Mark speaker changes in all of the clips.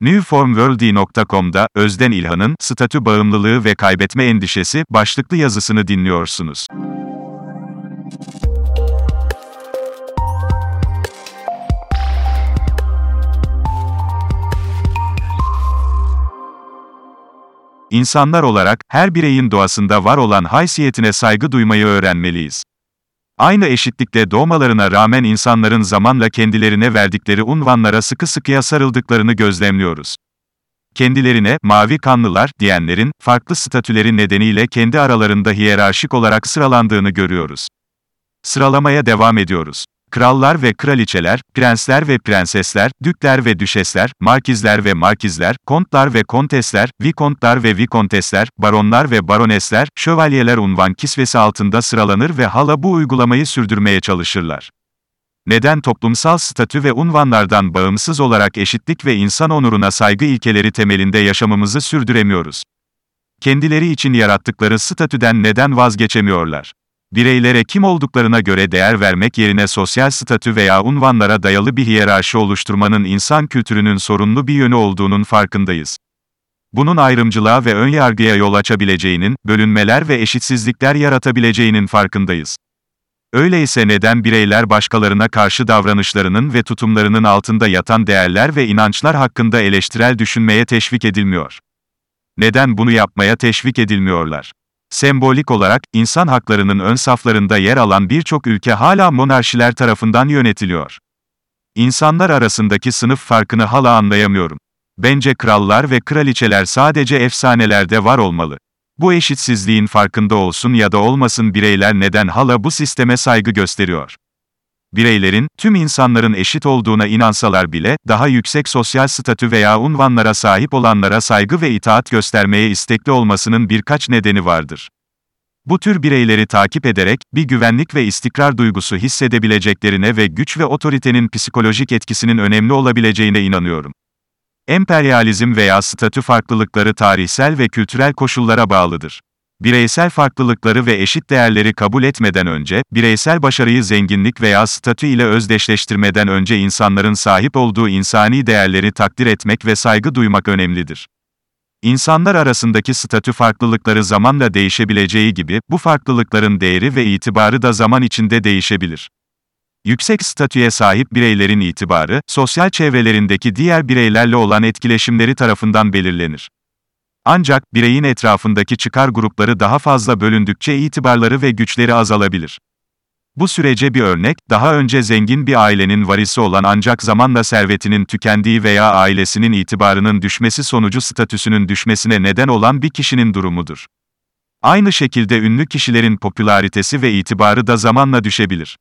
Speaker 1: Newformworld.com'da Özden İlhan'ın "Statü bağımlılığı ve kaybetme endişesi" başlıklı yazısını dinliyorsunuz. İnsanlar olarak, her bireyin doğasında var olan haysiyetine saygı duymayı öğrenmeliyiz. Aynı eşitlikte doğmalarına rağmen insanların zamanla kendilerine verdikleri unvanlara sıkı sıkıya sarıldıklarını gözlemliyoruz. Kendilerine "mavi kanlılar" diyenlerin, farklı statüleri nedeniyle kendi aralarında hiyerarşik olarak sıralandığını görüyoruz. Sıralamaya devam ediyoruz. Krallar ve kraliçeler, prensler ve prensesler, dükler ve düşesler, markizler ve markizler, kontlar ve kontesler, vikontlar ve vikontesler, baronlar ve baronesler, şövalyeler unvan kisvesi altında sıralanır ve hala bu uygulamayı sürdürmeye çalışırlar. Neden toplumsal statü ve unvanlardan bağımsız olarak eşitlik ve insan onuruna saygı ilkeleri temelinde yaşamımızı sürdüremiyoruz? Kendileri için yarattıkları statüden neden vazgeçemiyorlar? Bireylere kim olduklarına göre değer vermek yerine sosyal statü veya unvanlara dayalı bir hiyerarşi oluşturmanın insan kültürünün sorunlu bir yönü olduğunun farkındayız. Bunun ayrımcılığa ve önyargıya yol açabileceğinin, bölünmeler ve eşitsizlikler yaratabileceğinin farkındayız. Öyleyse neden bireyler başkalarına karşı davranışlarının ve tutumlarının altında yatan değerler ve inançlar hakkında eleştirel düşünmeye teşvik edilmiyor? Neden bunu yapmaya teşvik edilmiyorlar? Sembolik olarak, insan haklarının ön saflarında yer alan birçok ülke hala monarşiler tarafından yönetiliyor. İnsanlar arasındaki sınıf farkını hala anlayamıyorum. Bence krallar ve kraliçeler sadece efsanelerde var olmalı. Bu eşitsizliğin farkında olsun ya da olmasın bireyler neden hala bu sisteme saygı gösteriyor? Bireylerin, tüm insanların eşit olduğuna inansalar bile, daha yüksek sosyal statü veya unvanlara sahip olanlara saygı ve itaat göstermeye istekli olmasının birkaç nedeni vardır. Bu tür bireyleri takip ederek, bir güvenlik ve istikrar duygusu hissedebileceklerine ve güç ve otoritenin psikolojik etkisinin önemli olabileceğine inanıyorum. Emperyalizm veya statü farklılıkları tarihsel ve kültürel koşullara bağlıdır. Bireysel farklılıkları ve eşit değerleri kabul etmeden önce, bireysel başarıyı zenginlik veya statü ile özdeşleştirmeden önce insanların sahip olduğu insani değerleri takdir etmek ve saygı duymak önemlidir. İnsanlar arasındaki statü farklılıkları zamanla değişebileceği gibi, bu farklılıkların değeri ve itibarı da zaman içinde değişebilir. Yüksek statüye sahip bireylerin itibarı, sosyal çevrelerindeki diğer bireylerle olan etkileşimleri tarafından belirlenir. Ancak, bireyin etrafındaki çıkar grupları daha fazla bölündükçe itibarları ve güçleri azalabilir. Bu sürece bir örnek, daha önce zengin bir ailenin varisi olan ancak zamanla servetinin tükendiği veya ailesinin itibarının düşmesi sonucu statüsünün düşmesine neden olan bir kişinin durumudur. Aynı şekilde ünlü kişilerin popülaritesi ve itibarı da zamanla düşebilir.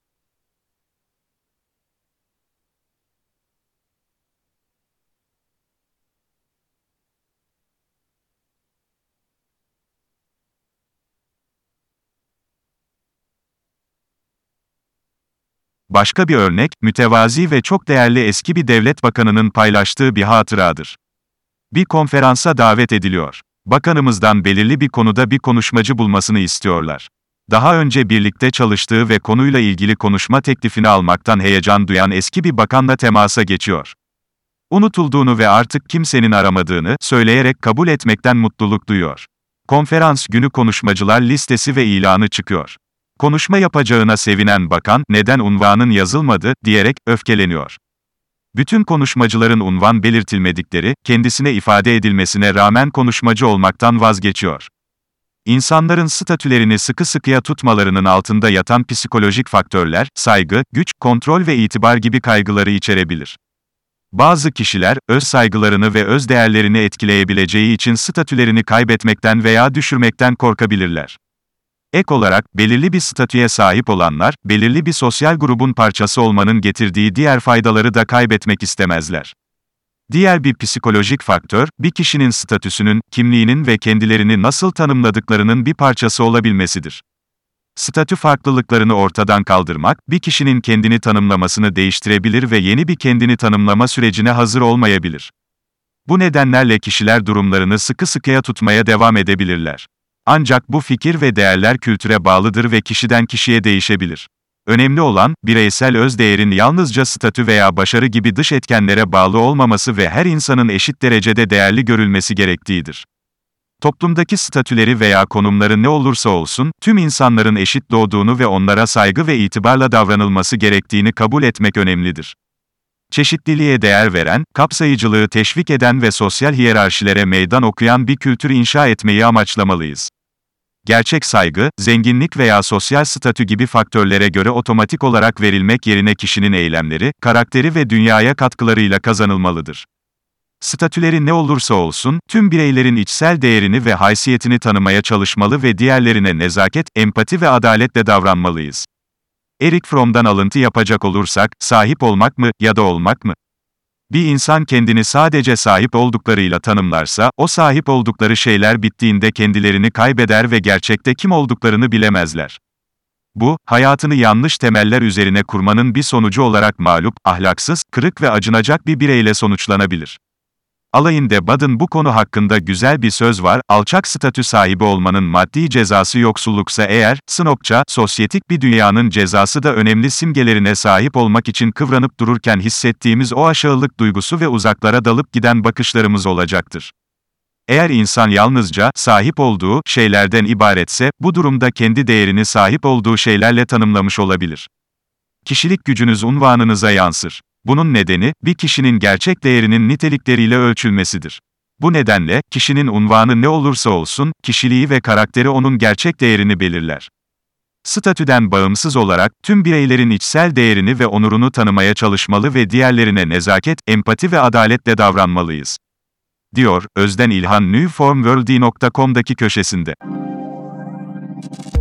Speaker 1: Başka bir örnek, mütevazi ve çok değerli eski bir devlet bakanının paylaştığı bir hatıradır. Bir konferansa davet ediliyor. Bakanımızdan belirli bir konuda bir konuşmacı bulmasını istiyorlar. Daha önce birlikte çalıştığı ve konuyla ilgili konuşma teklifini almaktan heyecan duyan eski bir bakanla temasa geçiyor. Unutulduğunu ve artık kimsenin aramadığını söyleyerek kabul etmekten mutluluk duyuyor. Konferans günü konuşmacılar listesi ve ilanı çıkıyor. Konuşma yapacağına sevinen bakan, "Neden unvanın yazılmadı?" diyerek öfkeleniyor. Bütün konuşmacıların unvan belirtilmedikleri, kendisine ifade edilmesine rağmen konuşmacı olmaktan vazgeçiyor. İnsanların statülerini sıkı sıkıya tutmalarının altında yatan psikolojik faktörler, saygı, güç, kontrol ve itibar gibi kaygıları içerebilir. Bazı kişiler, öz saygılarını ve öz değerlerini etkileyebileceği için statülerini kaybetmekten veya düşürmekten korkabilirler. Ek olarak, belirli bir statüye sahip olanlar, belirli bir sosyal grubun parçası olmanın getirdiği diğer faydaları da kaybetmek istemezler. Diğer bir psikolojik faktör, bir kişinin statüsünün, kimliğinin ve kendilerini nasıl tanımladıklarının bir parçası olabilmesidir. Statü farklılıklarını ortadan kaldırmak, bir kişinin kendini tanımlamasını değiştirebilir ve yeni bir kendini tanımlama sürecine hazır olmayabilir. Bu nedenlerle kişiler durumlarını sıkı sıkıya tutmaya devam edebilirler. Ancak bu fikir ve değerler kültüre bağlıdır ve kişiden kişiye değişebilir. Önemli olan, bireysel özdeğerin yalnızca statü veya başarı gibi dış etkenlere bağlı olmaması ve her insanın eşit derecede değerli görülmesi gerektiğidir. Toplumdaki statüleri veya konumları ne olursa olsun, tüm insanların eşit doğduğunu ve onlara saygı ve itibarla davranılması gerektiğini kabul etmek önemlidir. Çeşitliliğe değer veren, kapsayıcılığı teşvik eden ve sosyal hiyerarşilere meydan okuyan bir kültür inşa etmeyi amaçlamalıyız. Gerçek saygı, zenginlik veya sosyal statü gibi faktörlere göre otomatik olarak verilmek yerine kişinin eylemleri, karakteri ve dünyaya katkılarıyla kazanılmalıdır. Statüleri ne olursa olsun, tüm bireylerin içsel değerini ve haysiyetini tanımaya çalışmalı ve diğerlerine nezaket, empati ve adaletle davranmalıyız. Erich Fromm'dan alıntı yapacak olursak, sahip olmak mı, ya da olmak mı? Bir insan kendini sadece sahip olduklarıyla tanımlarsa, o sahip oldukları şeyler bittiğinde kendilerini kaybeder ve gerçekte kim olduklarını bilemezler. Bu, hayatını yanlış temeller üzerine kurmanın bir sonucu olarak mağlup, ahlaksız, kırık ve acınacak bir bireyle sonuçlanabilir. Alain de Botton'un bu konu hakkında güzel bir söz var, alçak statü sahibi olmanın maddi cezası yoksulluksa eğer, snobça, sosyetik bir dünyanın cezası da önemli simgelerine sahip olmak için kıvranıp dururken hissettiğimiz o aşağılık duygusu ve uzaklara dalıp giden bakışlarımız olacaktır. Eğer insan yalnızca, sahip olduğu, şeylerden ibaretse, bu durumda kendi değerini sahip olduğu şeylerle tanımlamış olabilir. Kişilik gücünüz unvanınıza yansır. Bunun nedeni, bir kişinin gerçek değerinin nitelikleriyle ölçülmesidir. Bu nedenle, kişinin unvanı ne olursa olsun, kişiliği ve karakteri onun gerçek değerini belirler. Statüden bağımsız olarak, tüm bireylerin içsel değerini ve onurunu tanımaya çalışmalı ve diğerlerine nezaket, empati ve adaletle davranmalıyız. Diyor, Özden İlhan newformworld.com'daki köşesinde.